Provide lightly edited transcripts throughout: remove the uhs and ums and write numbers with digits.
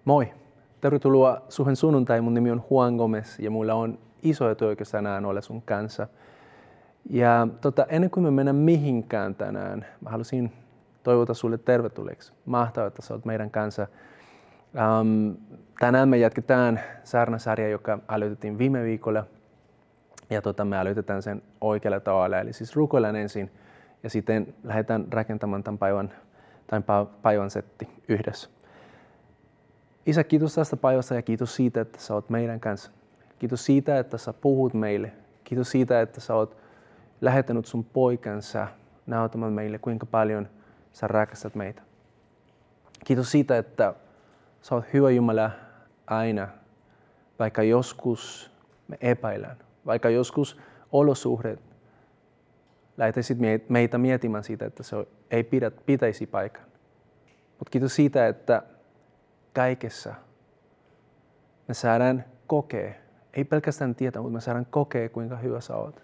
Moi! Tervetuloa Suhen sunnuntai. Mun nimi on Juan Gomez ja mulla on iso etu oikeus tänään olla sun kanssa. Ja ennen kuin me mennään mihinkään tänään, mä halusin toivota sulle tervetulleeksi. Mahtavaa, että sä oot meidän kanssa. Tänään me jatketaan saarnasarja, joka aloitettiin viime viikolla. Ja me aloitetaan sen oikealla tavalla, eli siis rukoillaan ensin ja sitten lähdetään rakentamaan tämän päivän setti yhdessä. Isä, kiitos tästä päivästä ja kiitos siitä, että sä oot meidän kanssa. Kiitos siitä, että sä puhut meille. Kiitos siitä, että sä oot lähettänyt sun poikansa näyttämään meille, kuinka paljon sä rakastat meitä. Kiitos siitä, että sä oot hyvä Jumala aina, vaikka joskus me epäillään, vaikka joskus olosuhteet lähetäisit meitä miettimään siitä, että se ei pitäisi paikan. Mutta kiitos siitä, että kaikessa me saadaan kokea, ei pelkästään tietää, mutta me saadaan kokea, kuinka hyvä sä oot.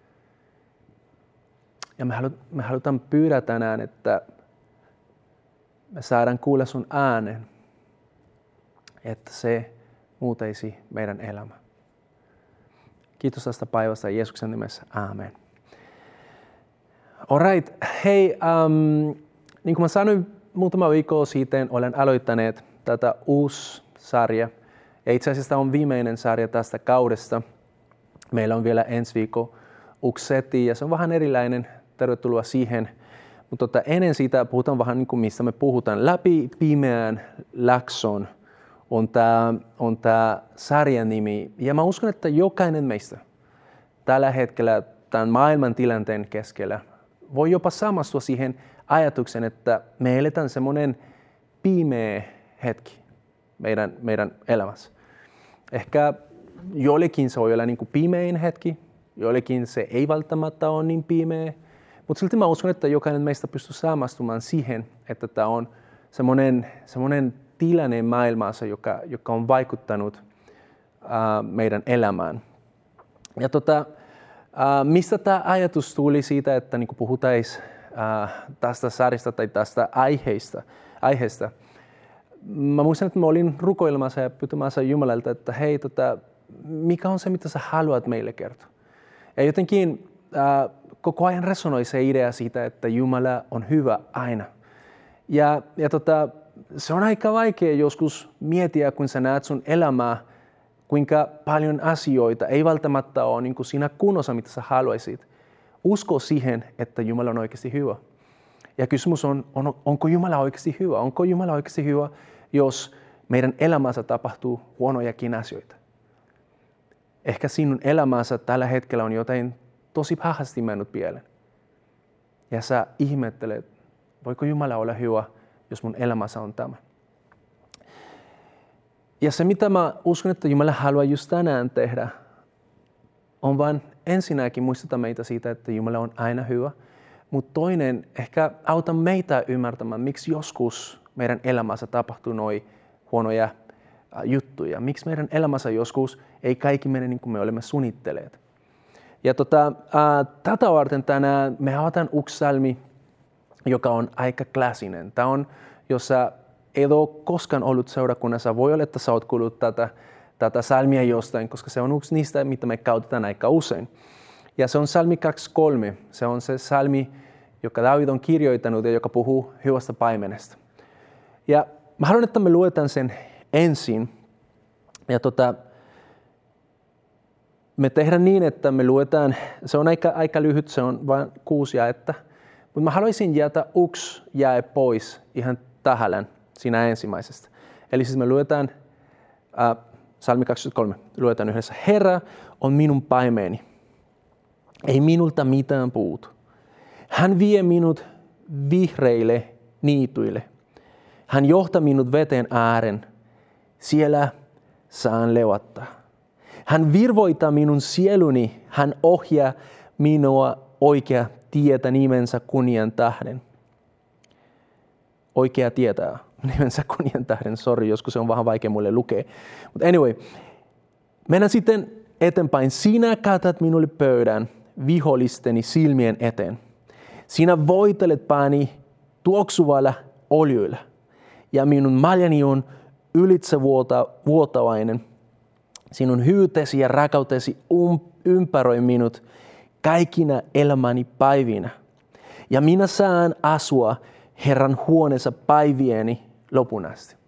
Ja me halutaan pyydä tänään, että me saadaan kuulla sun äänen, että se muutaisi meidän elämää. Kiitos tästä päivästä Jeesuksen nimessä. Aamen. Alright, hei, niin kuin mä sanoin muutama viikko sitten, olen aloittaneet tätä uusi sarja. Ja itse asiassa on viimeinen sarja tästä kaudesta. Meillä on vielä ensi viikko uusi setti ja se on vähän erilainen. Tervetuloa siihen. Mutta ennen sitä puhutaan vähän niin kuin mistä me puhutaan. Läpi pimeän lakson on tämä sarjan nimi. Ja mä uskon, että jokainen meistä tällä hetkellä tämän maailman tilanteen keskellä voi jopa samastua siihen ajatuksen, että me eletään semmoinen pimeä hetki meidän elämässä. Ehkä jollekin se voi olla niin kuin pimein hetki, jollekin se ei välttämättä ole niin pimeä, mutta silti mä uskon, että jokainen meistä pystyy samastumaan siihen, että tämä on semmoinen tilanne maailmassa, joka on vaikuttanut meidän elämään. Ja mistä tämä ajatus tuli siitä, että niin puhutaisiin tästä sarjasta tai tästä aiheesta. Mä muistan, että mä olin rukoilemassa ja pyytämässä Jumalalta, että hei, mikä on se, mitä sä haluat meille kertoa. Ja jotenkin koko ajan resonoi se idea siitä, että Jumala on hyvä aina. Ja se on aika vaikea joskus miettiä, kun sä näet sun elämää, kuinka paljon asioita ei välttämättä ole niin kuin siinä kunnossa, mitä sä haluaisit. Usko siihen, että Jumala on oikeasti hyvä. Ja kysymys on, onko Jumala oikeasti hyvä? Onko Jumala oikeasti hyvä, jos meidän elämässä tapahtuu huonojakin asioita? Ehkä sinun elämässä tällä hetkellä on jotain tosi pahasti mennyt pieleen. Ja sä ihmettelet, voiko Jumala olla hyvä, jos mun elämässä on tämä? Ja se, mitä mä uskon, että Jumala haluaa just tänään tehdä, on vain ensinnäkin muistuttaa meitä siitä, että Jumala on aina hyvä. Mutta toinen, ehkä auta meitä ymmärtämään, miksi joskus meidän elämässä tapahtuu noin huonoja juttuja. Miksi meidän elämässä joskus ei kaikki mene niin kuin me olemme suunnitelleet. Ja tätä varten tänään me avataan yksi psalmi, joka on aika klassinen. Tämä on, jos sä et ole koskaan ollut seurakunnassa, voi olla, että sä oot kuullut tätä psalmia jostain, koska se on yksi niistä, mitä me käytetään aika usein. Ja se on psalmi 23. Se on se psalmi, joka David on kirjoittanut ja joka puhuu hyvästä paimenesta. Ja mä haluan, että me luetaan sen ensin. Ja me tehdään niin, että me luetaan, se on aika lyhyt, se on vain 6 jaetta. Mutta mä haluaisin jättää yksi jae pois ihan tähän siinä ensimmäisestä. Eli siis me luetaan psalmi 23, luetaan yhdessä. Herra on minun paimeeni. Ei minulta mitään puutu. Hän vie minut vihreille niityille. Hän johtaa minut veteen ääreen. Siellä saan levottaa. Hän virvoittaa minun sieluni. Hän ohjaa minua oikea tietä nimensä kunnian tähden. Oikea tietä nimensä kunnian tähden. Sori, joskus se on vähän vaikea mulle lukea. Mutta anyway, mennään sitten eteenpäin. Sinä katat minulle pöydän vihollisteni silmien eteen. Sinä voitelet pääni tuoksuvalla öljyllä ja minun maljani on ylitsevuotavainen. Sinun hyvyytesi ja rakkautesi ympäröi minut kaikina elämäni päivinä. Ja minä saan asua Herran huoneessa päivieni lopun asti.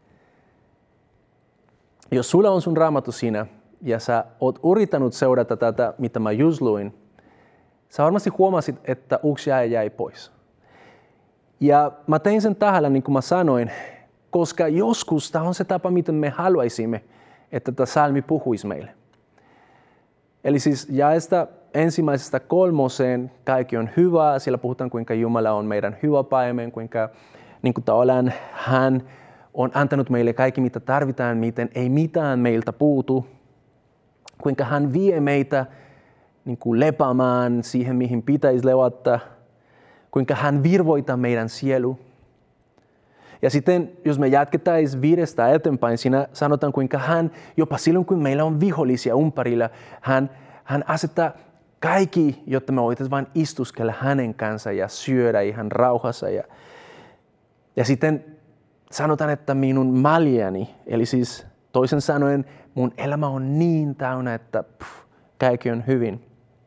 Jos sulla on sun raamattu siinä ja sä oot yrittänyt seurata tätä, mitä mä just luin, sä varmasti huomasit, että yksi jäi pois. Ja mä tein sen tähdellä, niin kuin mä sanoin, koska joskus tämä on se tapa, miten me haluaisimme, että tämä psalmi puhuisi meille. Eli siis jaesta 1-3 kaikki on hyvää. Siellä puhutaan, kuinka Jumala on meidän hyvä paimen, kuinka niin kuin tavallaan hän on antanut meille kaikki, mitä tarvitaan, miten ei mitään meiltä puutu. Kuinka hän vie meitä niin kuin lepäämään siihen, mihin pitäisi levata. Kuinka hän virvoittaa meidän sielu. Ja sitten, jos me jatketaan 5 eteenpäin, siinä sanotaan, kuinka hän, jopa silloin kun meillä on vihollisia ympärillä, hän asettaa kaikki, jotta me voitaisiin vain istuskella hänen kanssa ja syödä ihan rauhassa. Ja sitten sanotaan, että minun maljani, eli siis toisen sanoen, mun elämä on niin täynnä, että kaikki on hyvin.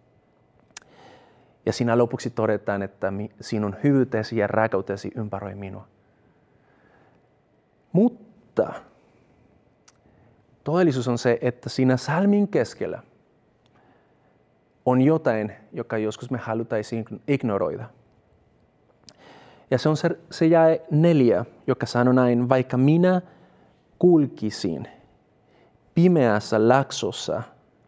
Ja siinä lopuksi todetaan, että sinun hyvyytesi ja rakkautesi ympäröi minua. Mutta todellisuus on se, että siinä psalmin keskellä on jotain, joka joskus me halutaisiin ignoroida. Ja se on se jae 4, joka sanoo näin, vaikka minä kulkisin pimeässä laksossa,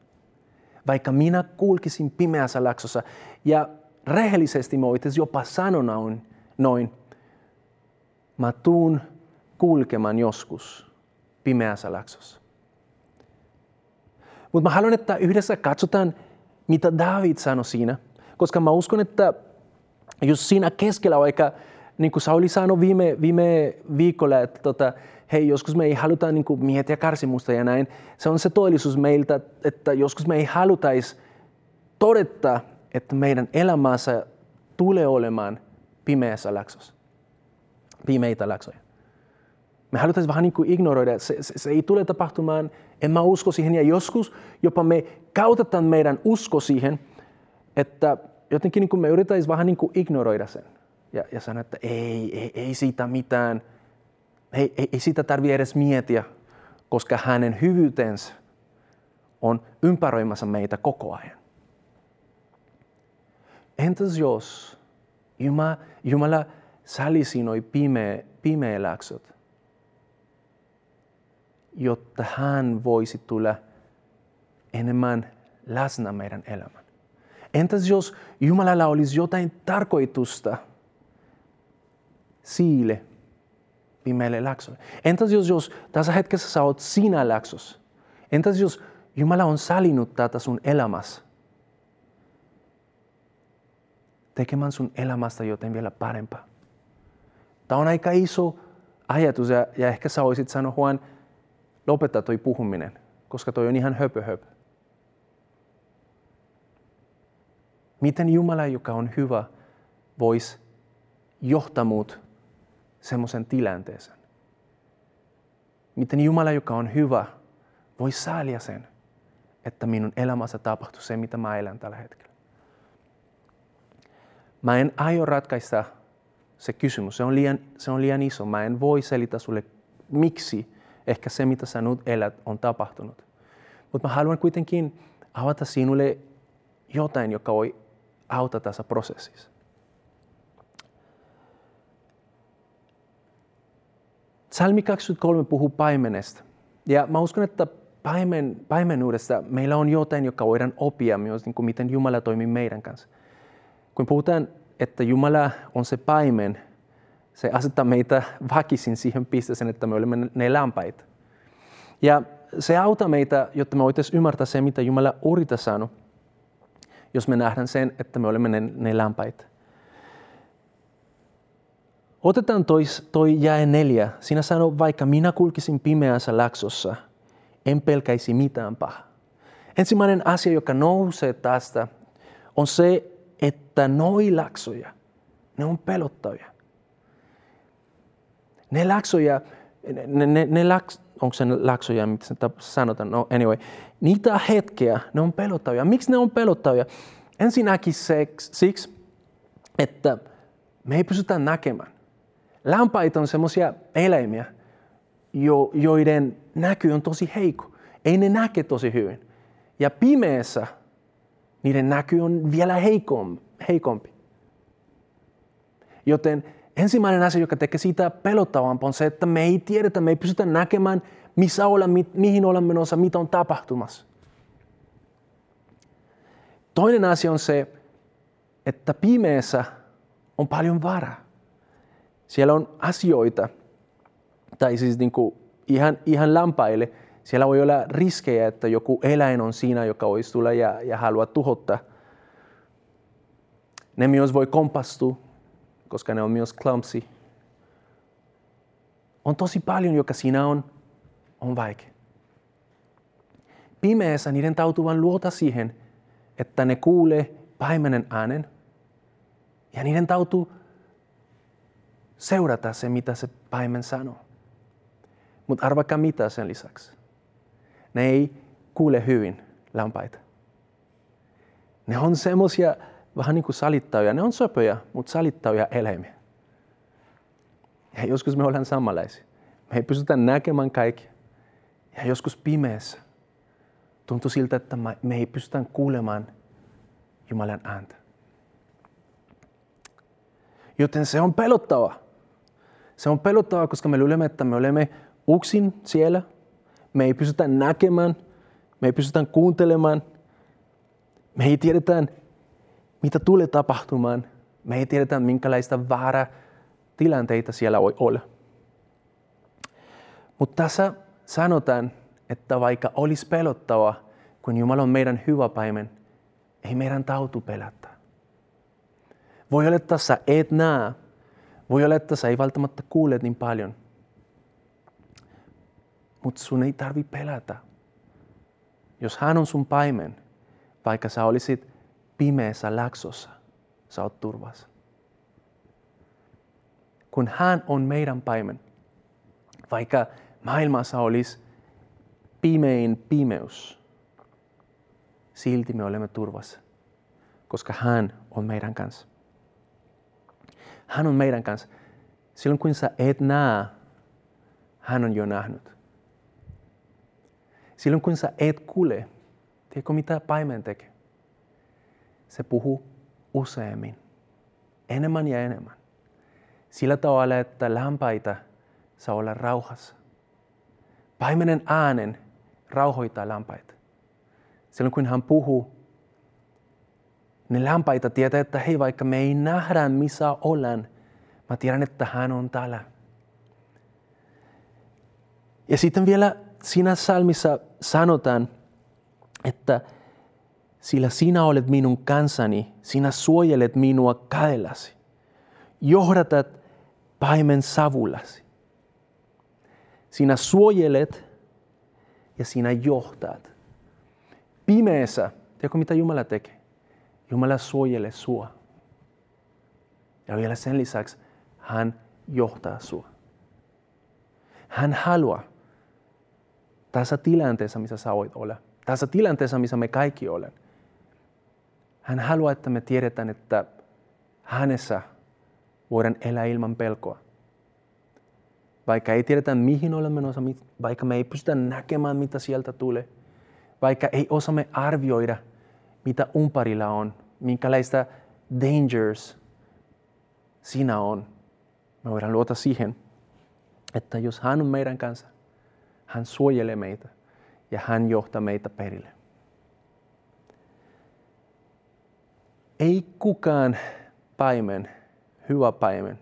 ja rehellisesti me voitaisiin jopa sanoa noin, mä tuun kulkemaan joskus pimeässä laksossa. Mutta mä haluan, että yhdessä katsotaan, mitä David sanoi siinä, koska mä uskon, että jos siinä keskellä, vaikka niin kuin Sauli sanoi viime viikolla, että hei, joskus me ei haluta niin kuin miettiä kärsimusta ja näin, se on se todellisuus meiltä, että joskus me ei halutaisi todeta, että meidän elämässä tulee olemaan pimeässä laksossa, pimeitä laksoja. Me halutaan vähän niin kuin ignoroida, se ei tule tapahtumaan, en mä usko siihen. Ja joskus jopa me käytetään meidän usko siihen, että jotenkin niin kuin me yritäisiin vähän niin kuin ignoroida sen. Ja sanoa, että ei siitä mitään, ei siitä tarvitse edes miettiä, koska hänen hyvyytensä on ympäröimässä meitä koko ajan. Entäs jos Jumala sallisi noi pimeä laksot, jotta hän voisi tulla enemmän läsnä meidän elämään? Entäs jos Jumalalla olisi jotain tarkoitusta sille pimeälle laksolle? Entäs jos tässä hetkessä sä oot siinä laksossa? Entäs jos Jumala on sallinut tätä sun elämässä? Tekemään sun elämästä jotain vielä parempaa. Tämä on aika iso ajatus ja ehkä sä voisit sanoa, Juan, lopeta toi puhuminen, koska toi on ihan höpö. Miten Jumala, joka on hyvä, voisi johtaa mut semmoisen tilanteeseen? Miten Jumala, joka on hyvä, voisi sääliä sen, että minun elämässä tapahtuu se, mitä mä elän tällä hetkellä? Mä en aio ratkaista se kysymys. Se on liian iso. Mä en voi selittää sulle, miksi ehkä se, mitä sä nyt elät, on tapahtunut. Mutta mä haluan kuitenkin avata sinulle jotain, joka voi auttaa tässä prosessissa. Psalmi 23 puhuu paimenesta. Ja mä uskon, että paimenuudesta meillä on jotain, joka voidaan oppia myös, niin kuin miten Jumala toimii meidän kanssa. Kun puhutaan, että Jumala on se paimen, se asettaa meitä väkisin siihen pisteeseen, että me olemme ne lampaita. Ja se auttaa meitä, jotta me voitaisiin ymmärtää se, mitä Jumala yrittää sanoa, jos me nähdään sen, että me olemme ne lampaita. Otetaan toi jae 4. Siinä sanoo, vaikka minä kulkisin pimeässä laksossa, en pelkäisi mitään pahaa. Ensimmäinen asia, joka nousee tästä, on se, että noi laksoja, ne on pelottavia. Ne laksoja, onko se laksoja, mitä sanotaan? No anyway, niitä hetkiä, ne on pelottavia. Miksi ne on pelottavia? Ensinnäkin siksi, että me ei pystytä näkemään. Lampaat on semmoisia eläimiä, joiden näky on tosi heikko. Ei ne näke tosi hyvin. Ja pimeässä niiden näky on vielä heikompi. Joten ensimmäinen asia, joka tekee siitä pelottavampaa, on se, että me ei tiedetä, me ei pystytä näkemään, missä ollaan, mihin ollaan menossa, mitä on tapahtumassa. Toinen asia on se, että pimeässä on paljon varaa. Siellä on asioita, tai siis ihan lampaille, siellä voi olla riskejä, että joku eläin on siinä, joka voisi tulla ja haluaa tuhottaa. Ne myös voi kompastua, koska ne on myös clumsy. On tosi paljon, joka siinä on vaikea. Pimeässä niiden täytyy vain luota siihen, että ne kuulee paimenen äänen ja niiden täytyy seurata se, mitä se paimen sanoo. Mutta arvakaa mitä sen lisäksi. Ne ei kuule hyvin lampaita. Ne on semmoisia vähän niin kuin salittavia. Ne on söpöjä, mutta salittavia eläimiä. Ja joskus me ollaan samanlaisia. Me ei pystytä näkemään kaikkea. Ja joskus pimeässä tuntuu siltä, että me ei pystytä kuulemaan Jumalan ääntä. Joten se on pelottavaa. Se on pelottavaa, koska me luulemme, että me olemme yksin siellä. Me ei pystytä näkemään, me ei pystytä kuuntelemaan. Me ei tiedetä, mitä tulee tapahtumaan. Me ei tiedetä, minkälaista vaaratilanteita siellä voi olla. Mutta tässä sanotaan, että vaikka olisi pelottavaa, kun Jumala on meidän hyvä paimen, ei meidän täytyy pelätä. Voi olla, että sä et näe. Voi olla, että sä ei välttämättä kuule niin paljon. Mutta sun ei tarvitse pelätä. Jos hän on sun paimen, vaikka sä olisit pimeässä laksossa, sä oot turvassa. Kun hän on meidän paimen, vaikka maailmassa olisi pimein pimeys, silti me olemme turvassa, koska hän on meidän kanssa. Hän on meidän kanssa. Silloin kun sä et näe, hän on jo nähnyt. Silloin kun sä et kuule, tiedätkö mitä paimen tekee? Se puhuu useammin, enemmän ja enemmän. Sillä tavalla, että lampaita saa olla rauhassa. Paimenen äänen rauhoittaa lampaita. Silloin kun hän puhuu, ne lampaita tietää, että hei, vaikka me ei nähdä missä ollaan, mä tiedän, että hän on täällä. Ja sitten vielä siinä psalmissa sanotaan, että sillä sinä olet minun kanssani, sinä suojelet minua kädelläsi. Johdatat paimen savullasi. Sinä suojelet ja sinä johtat. Pimeässä, tiedätkö mitä Jumala tekee? Jumala suojelee sua. Ja vielä sen lisäksi hän johtaa sua. Hän haluaa tässä tilanteessa, missä sä voit olla. Tässä tilanteessa, missä me kaikki olemme. Hän haluaa, että me tiedetään, että hänessä voidaan elää ilman pelkoa. Vaikka ei tiedetä, mihin olemme menossa, vaikka me ei pystytä näkemään, mitä sieltä tulee. Vaikka ei osaamme arvioida, mitä umparilla on, minkälaista dangers siinä on. Me voidaan luota siihen, että jos hän on meidän kanssa, hän suojelee meitä ja hän johtaa meitä perille. Ei kukaan paimen, hyvä paimen,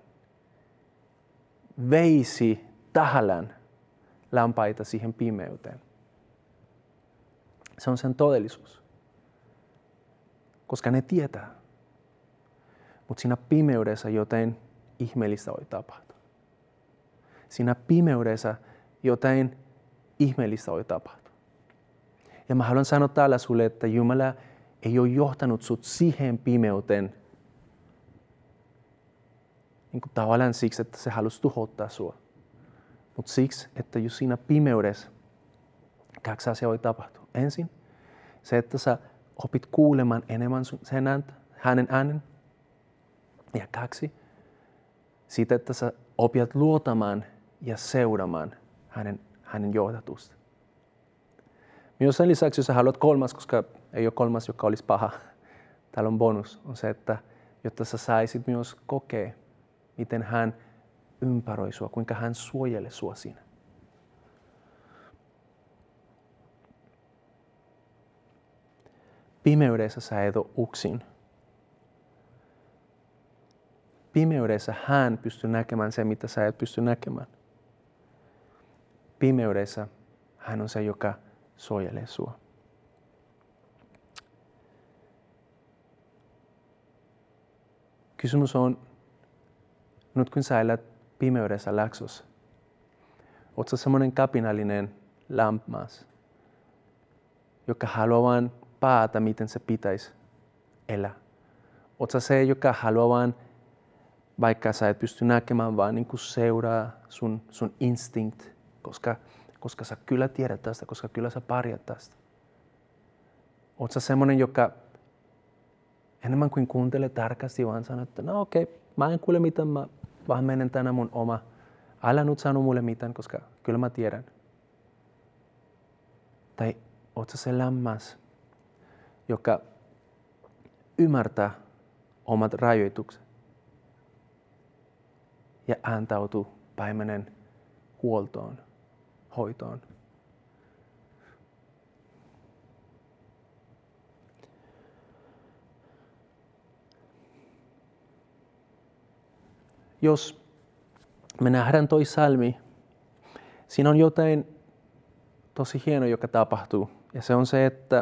veisi tahallaan lampaita siihen pimeyteen. Se on sen todellisuus. Koska ne tietää. Mutta siinä pimeydessä jotain ihmeellistä voi tapahtua. Siinä pimeydessä jotain ihmeellistä voi tapahtua. Ja mä haluan sanoa täällä sulle, että Jumala ei ole johtanut sut siihen pimeyteen niin kuin tavallaan siksi, että se halusi tuhottaa sua. Mutta siksi, että just siinä pimeydessä kaksi asiaa voi tapahtua. Ensin se, että sä opit kuulemaan enemmän hänen äänen. Ja kaksi, siitä, että sä opit luotamaan ja seuraamaan hänen johdatusta. Myös sen lisäksi, jos sä haluat kolmas, koska ei ole kolmas, joka olisi paha, täällä on bonus, on se, että jotta sä saisit myös kokea, miten hän ympäröi sua, kuinka hän suojelee sua siinä. Pimeydessä sä et ole yksin. Pimeydessä hän pystyy näkemään se, mitä sä et pysty näkemään. Pimeydessä hän on se, joka suojelee sua. Kysymys on, nyt kun sä elät pimeydessä läksossa, oot sä semmoinen kapinallinen lampmas, joka haluaa vaan päätä, miten se pitäisi elää. Oot sä se, joka haluaa vaan, vaikka sä et pysty näkemään, vaan niin kuin seuraa sun instinct, koska sä kyllä tiedät tästä, koska kyllä sä pärjät tästä. Oot sä semmoinen, joka enemmän kuin kuuntelee tarkasti, vaan sanoo, että no okei, mä en kuule mitään, mä vaan menen tänään mun oma. Älä nyt sano mulle mitään, koska kyllä mä tiedän. Tai oot sä se lämmäs, joka ymmärtää omat rajoitukset ja antautuu päivänen huoltoon, hoitoon. Jos me nähdään toi salmi, siinä on jotain tosi hienoa, joka tapahtuu. Ja se on se, että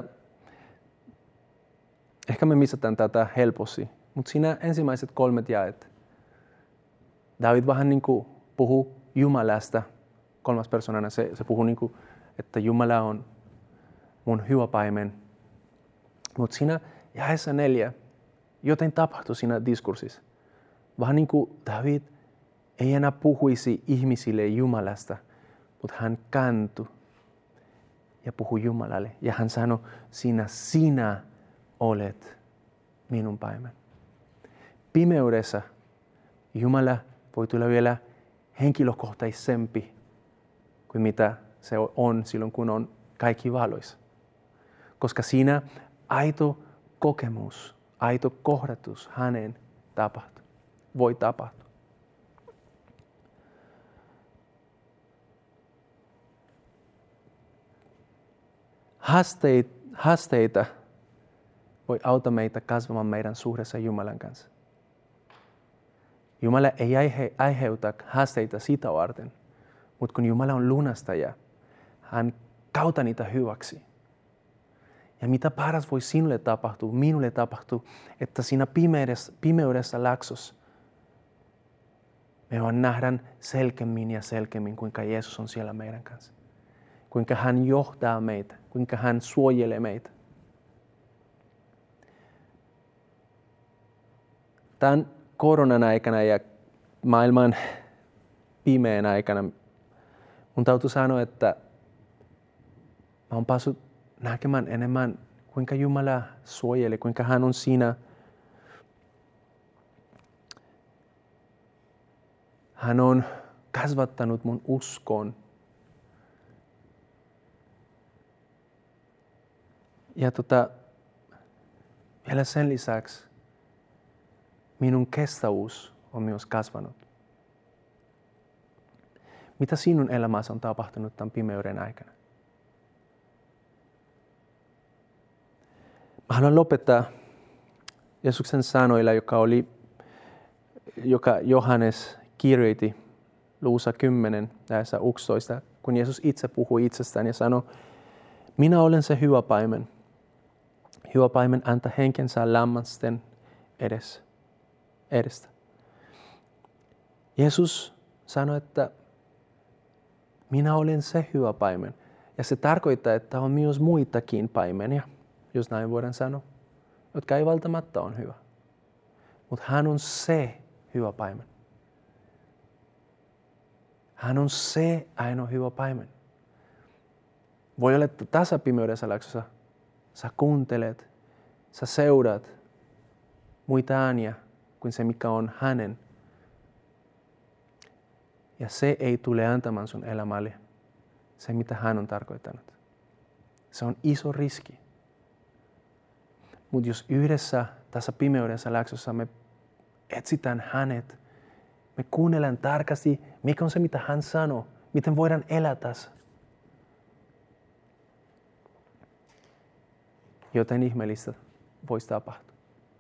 ehkä me missataan tätä helposti, mutta siinä ensimmäiset 3 jaet. David vähän niin kuin puhuu Jumalasta 3. persoonana. Se puhuu niin kuin, että Jumala on mun hyvä paimen. Mutta siinä jaessa 4 jotain tapahtuu siinä diskurssissa. Vähän niin kuin David ei enää puhuisi ihmisille Jumalasta, mutta hän kääntyi ja puhui Jumalalle. Ja hän sanoi, sinä olet minun paimen. Pimeydessä Jumala voi tulla vielä henkilökohtaisempi kuin mitä se on silloin, kun on kaikki valoissa. Koska siinä aito kokemus, aito kohdatus hänen voi tapahtua. Haasteita voi auttaa meitä kasvamaan meidän suhteessa Jumalan kanssa. Jumala ei aiheuta haasteita sitä varten, mutta kun Jumala on lunastaja, hän kautta niitä hyväksi. Ja mitä paras voi sinulle tapahtua, minulle tapahtua, että siinä pimeydessä läksossa me vaan nähdään selkeämmin ja selkeämmin, kuinka Jeesus on siellä meidän kanssa. Kuinka hän johtaa meitä, kuinka hän suojelee meitä. Tämän koronan aikana ja maailman pimeän aikana mun täytyy sanoa, että mä oon päässyt näkemään enemmän, kuinka Jumala suojelee, kuinka hän on siinä. Hän on kasvattanut mun uskon. Ja vielä sen lisäksi minun kestävyys on myös kasvanut. Mitä sinun elämässä on tapahtunut tämän pimeyden aikana? Mä haluan lopettaa Jeesuksen sanoilla, joka Johannes kirjoitti luvussa 10, näissä 11, kun Jeesus itse puhui itsestään ja sanoi, minä olen se hyvä paimen. Hyvä paimen antaa henkensä lammasten edestä. Jeesus sanoi, että minä olen se hyvä paimen. Ja se tarkoittaa, että on myös muitakin paimenia, jos näin voidaan sanoa, jotka ei välttämättä ole hyvä. Mutta hän on se hyvä paimen. Hän on se ainoa hyvä paimen. Voi olla, että tässä pimeydessä läksössä sä kuuntelet, sä seurat muita ääniä kuin se, mikä on hänen. Ja se ei tule antamaan sun elämälle se, mitä hän on tarkoittanut. Se on iso riski. Mutta jos yhdessä tässä pimeydessä läksössä me etsitään hänet, me kuunnellaan tarkasti, mikä on se, mitä hän sanoo, miten voidaan elää tässä. Joten ihmeellistä voisi tapahtua.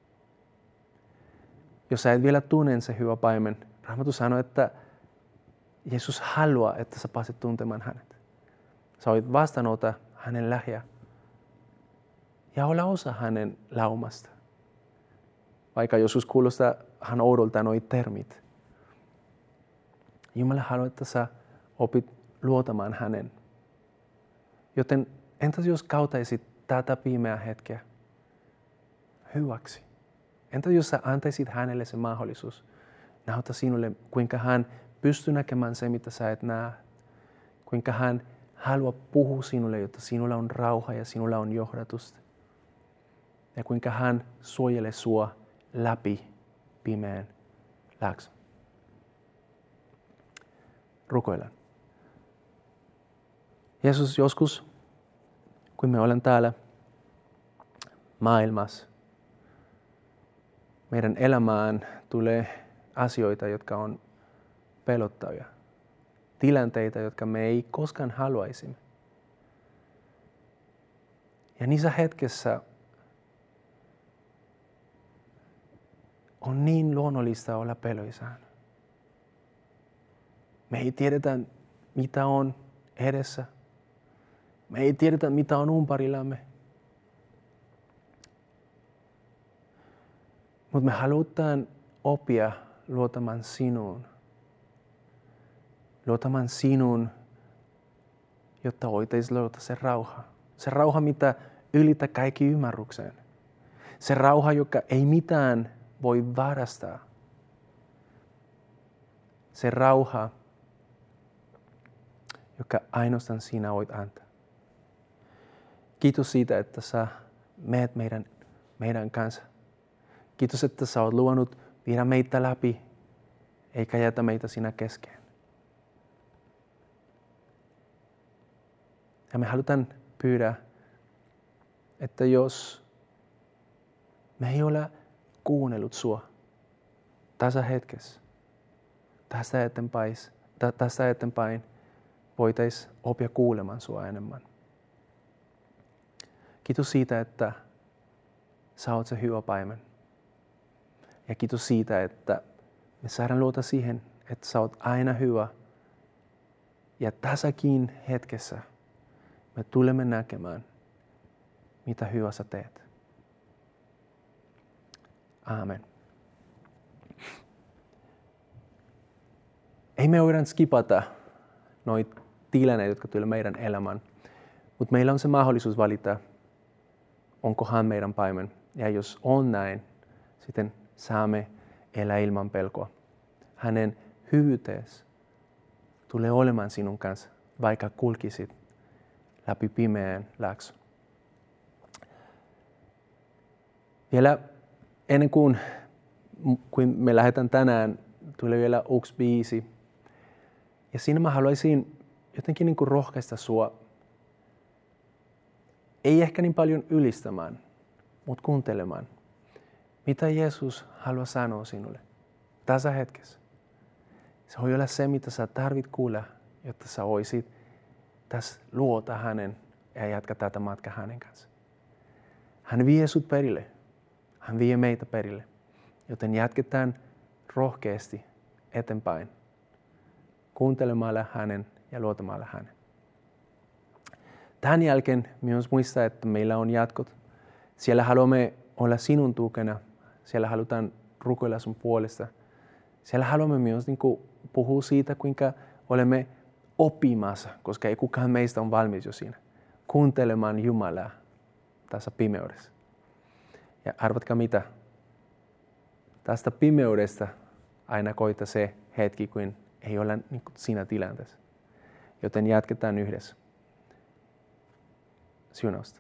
Jos sä et vielä tunne se hyvä paimen, Raamattu sanoo, että Jeesus haluaa, että sä pääset tuntemaan hänet. Sä voit vastaanota hänen lähiä ja olla osa hänen laumasta. Vaikka joskus kuulostaa hän oudolta noi termit. Jumala haluaa, että sä opit luotamaan hänen. Joten entäs jos kautaisit tätä pimeää hetkeä hyväksi? Entä jos sä antaisit hänelle se mahdollisuus näyttää sinulle, kuinka hän pystyy näkemään se, mitä sä et näe. Kuinka hän haluaa puhua sinulle, jotta sinulla on rauha ja sinulla on johdatusta. Ja kuinka hän suojelee sua läpi pimeän läksyn. Rukoillaan. Jeesus, joskus, kun me olemme täällä maailmassa, meidän elämään tulee asioita, jotka on pelottavia. Tilanteita, jotka me ei koskaan haluaisimme. Ja niissä hetkessä on niin luonnollista olla peloissaan. Me ei tiedetä, mitä on edessä. Me ei tiedetä, mitä on ympärилlämme. Mutta me halutaan oppia luotamaan sinuun. Luotamaan sinuun, jotta voitaisiin löytää se rauha. Se rauha, mitä ylitä kaikki ymmärrykseen. Se rauha, joka ei mitään voi varastaa. Se rauha, joka ainoastaan sinä voit antaa. Kiitos siitä, että sä meet meidän kanssa. Kiitos, että sä oot luvannut viedä meitä läpi, eikä jätä meitä sinä keskeen. Ja me halutaan pyydä, että jos me ei ole kuunnellut sua tässä hetkessä, tästä eteenpäin voitaisiin oppia kuulemaan sua enemmän. Kiitos siitä, että sä oot se hyvä paimen. Ja kiitos siitä, että me saadaan luota siihen, että sä oot aina hyvä. Ja tässäkin hetkessä me tulemme näkemään, mitä hyvä sä teet. Aamen. Ei me voida skipata noita tilanteita, jotka tulee meidän elämään. Mutta meillä on se mahdollisuus valita, onko hän meidän paimen. Ja jos on näin, sitten saamme elää ilman pelkoa. Hänen hyvyyteensä tulee olemaan sinun kanssa, vaikka kulkisit läpi pimeän läksyn. Vielä ennen kuin me lähdetään tänään, tulee vielä yksi biisi. Ja siinä mä haluaisin jotenkin niin kuin rohkaista sua. Ei ehkä niin paljon ylistämään, mutta kuuntelemaan. Mitä Jeesus haluaa sanoa sinulle tässä hetkessä? Se voi olla se, mitä sä tarvit kuulla, jotta sä voisit tässä luota hänen ja jatkaa tätä matkaa hänen kanssa. Hän vie sut perille. Hän vie meitä perille. Joten jatketaan rohkeasti eteenpäin. Kuuntelemalla hänen ja luotamalla hänen. Tämän jälkeen myös muista, että meillä on jatkot. Siellä haluamme olla sinun tukena. Siellä halutaan rukoilla sun puolesta. Siellä haluamme myös puhua siitä, kuinka olemme oppimassa, koska ei kukaan meistä on valmis jo siinä. Kuuntelemaan Jumalaa tässä pimeydessä. Ja arvatkaa mitä? Tästä pimeydestä aina koittaa se hetki, kun ei olla niin kuin siinä tilanteessa. Joten jatketaan yhdessä. Siunausta.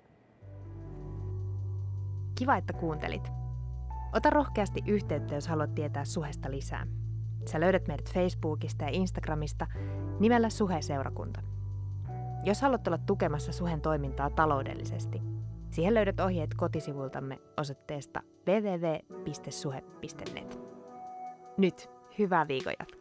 Kiva, että kuuntelit. Ota rohkeasti yhteyttä, jos haluat tietää Suhesta lisää. Sä löydät meidät Facebookista ja Instagramista nimellä Suhe-seurakunta. Jos haluat olla tukemassa Suhen toimintaa taloudellisesti, siihen löydät ohjeet kotisivultamme osoitteesta www.suhe.net. Nyt hyvää viikon jatkoa.